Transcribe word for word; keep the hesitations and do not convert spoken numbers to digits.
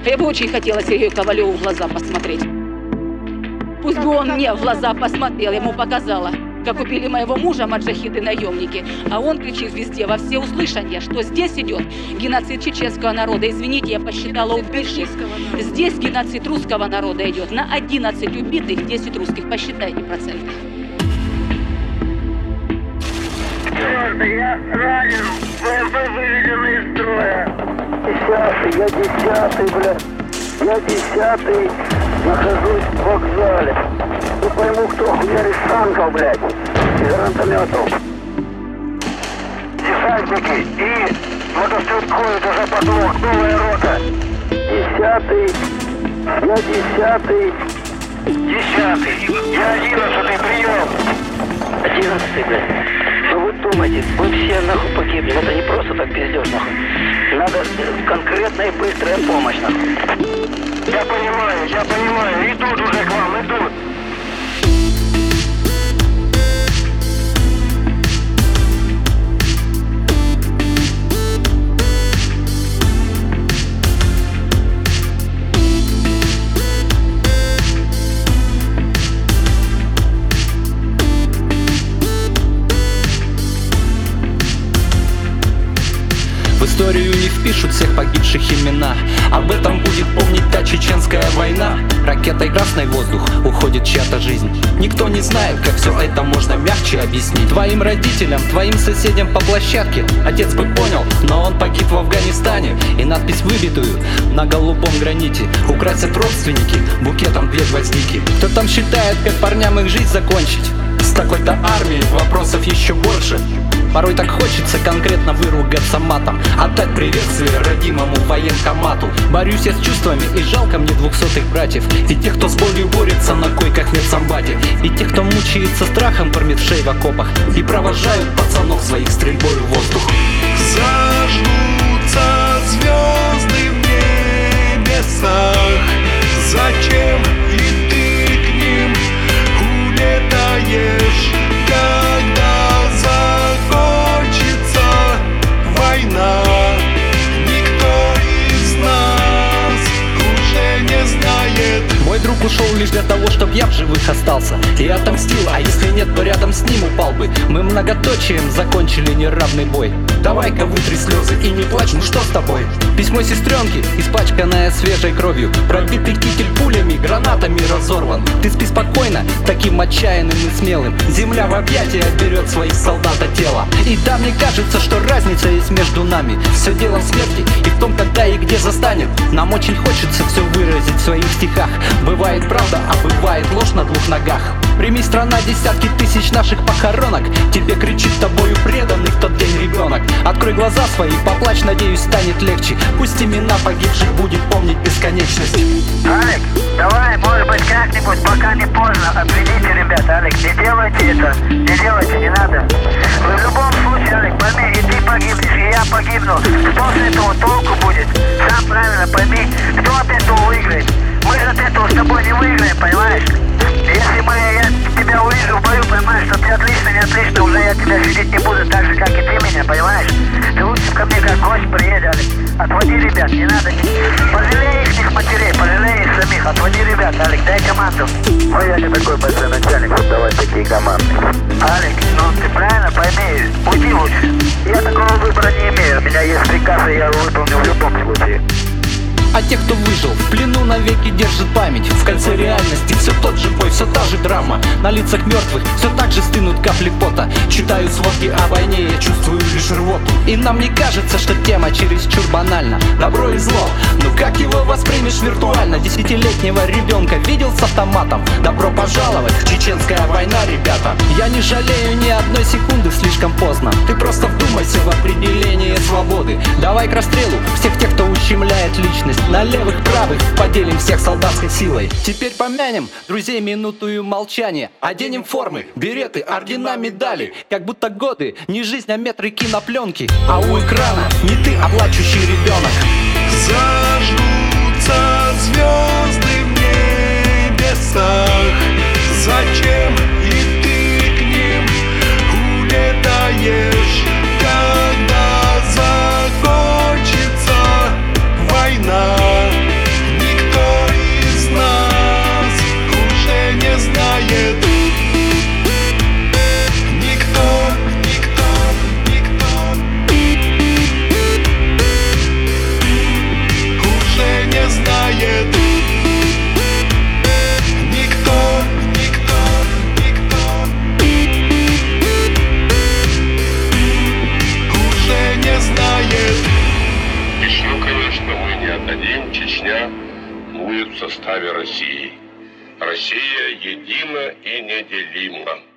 Я бы очень хотела Сергею Ковалеву в глаза посмотреть. Пусть бы он мне в глаза посмотрел, я ему показала, как убили моего мужа маджахиды-наемники. А он кричит везде, во все услышания, что здесь идет геноцид чеченского народа. Извините, я посчитала убивших. Здесь геноцид русского народа идет. На одиннадцать убитых, десять русских. Посчитайте проценты. Я ранен, ВМП выведен из строя. Десятый, я десятый, блядь. Я десятый, нахожусь в вокзале. Не пойму, кто хуярит с танков, блядь, из гранатометов. Десантники и мотострелковый уже подлог, новая рота. Десятый, я десятый. Десятый, я одиннадцатый, прием. Одиннадцатый, блядь. Ну вы думаете, мы все нахуй погибнем, это не просто так пиздёж, нахуй. Надо конкретная и быстрая помощь, нахуй. Я понимаю, я понимаю, идут уже к вам, идут. В историю не впишут всех погибших имена. Об этом будет помнить та чеченская война. Ракетой красный воздух уходит чья-то жизнь. Никто не знает, как все это можно мягче объяснить. Твоим родителям, твоим соседям по площадке отец бы понял, но он погиб в Афганистане. И надпись, выбитую на голубом граните, украсят родственники букетом две гвоздики. Кто там считает, как парням их жизнь закончить? С такой-то армией вопросов еще больше. Порой так хочется конкретно выругаться матом, отдать приветствие родимому военкомату. Борюсь я с чувствами, и жалко мне двухсотых братьев, и тех, кто с болью борется на койках медсамбате, и тех, кто мучается страхом промерзшей в окопах, и провожают пацанов своих стрельбой в воздух. Зажгутся звезды в небесах. Зачем и ты к ним улетаешь, когда закончится война? Никто из нас уже не знает. Мой друг ушел лишь для того, чтобы я в живых остался и отомстил, а если нет, то рядом с ним упал бы. Мы многоточием закончили неравный бой. Давай-ка вытри слезы и не плачь, ну что с тобой? Письмо сестренки, испачканное свежей кровью, пробитый китель пулями, гранатами разорван. Ты спи спокойно, таким отчаянным и смелым. Земля в объятия берет своих солдат от тела. И да, мне кажется, что разница есть между нами. Все дело в смерти и в том, когда и где застанет. Нам очень хочется все выразить в своих стихах. Бывает правда, а бывает ложь на двух ногах. Прими, страна, десятки тысяч наших похоронок. Тебе кричит тобою преданный в тот день ребенок. Открой глаза свои, поплачь, надеюсь, станет легче. Пусть имена погибших будет помнить бесконечность. Алик, давай, может быть, как-нибудь, пока не поздно, отведите, ребята. Алик, не делайте это, не делайте, не надо. Вы в любом случае, Алик, пойми, и ты погибнешь, и я погибну. Что с этого толку будет? Сам правильно пойми, кто от этого выиграет? Мы же от этого с тобой не выиграем, понимаешь? Если мы, я тебя увижу в бою, понимаешь, что ты отлично, не отлично, уже я тебя видеть не буду так же, как и ты меня, понимаешь? Ты лучше ко мне как гость приедь, Алик. Отводи ребят, не надо. Пожалей их матерей, пожалей их самих. Отводи ребят, Алик, дай команду. Ой, я не такой большой начальник, чтобы давать такие команды. Алик, ну ты правильно пойми, уйди лучше. Я такого выбора не имею, у меня есть приказ, и я его выполню в любом случае. А те, кто выжил, в плену навеки держит память. В кольце реальности все тот же бой, все та же драма. На лицах мертвых все так же стынут капли пота. Читаю сводки о войне, я чувствую лишь рвоту. И нам не кажется, что тема чересчур банальна. Добро и зло, ну как его воспримешь виртуально? Десятилетнего ребенка видел с автоматом? Добро пожаловать, чеченская война, ребята. Я не жалею ни одной секунды, слишком поздно. Ты просто вдумайся в определение свободы. Давай к расстрелу всех тех, кто ущемляет личность. На левых, правых поделим всех солдатской силой. Теперь помянем друзей минутую молчания. Оденем формы, береты, ордена, медали. Как будто годы, не жизнь, а метры кинопленки. А у экрана не ты, а плачущий ребенок. Зажгутся звезды в небесах. Зачем и ты к ним улетаешь, когда закончится война? будет в составе России. Россия едина и неделима.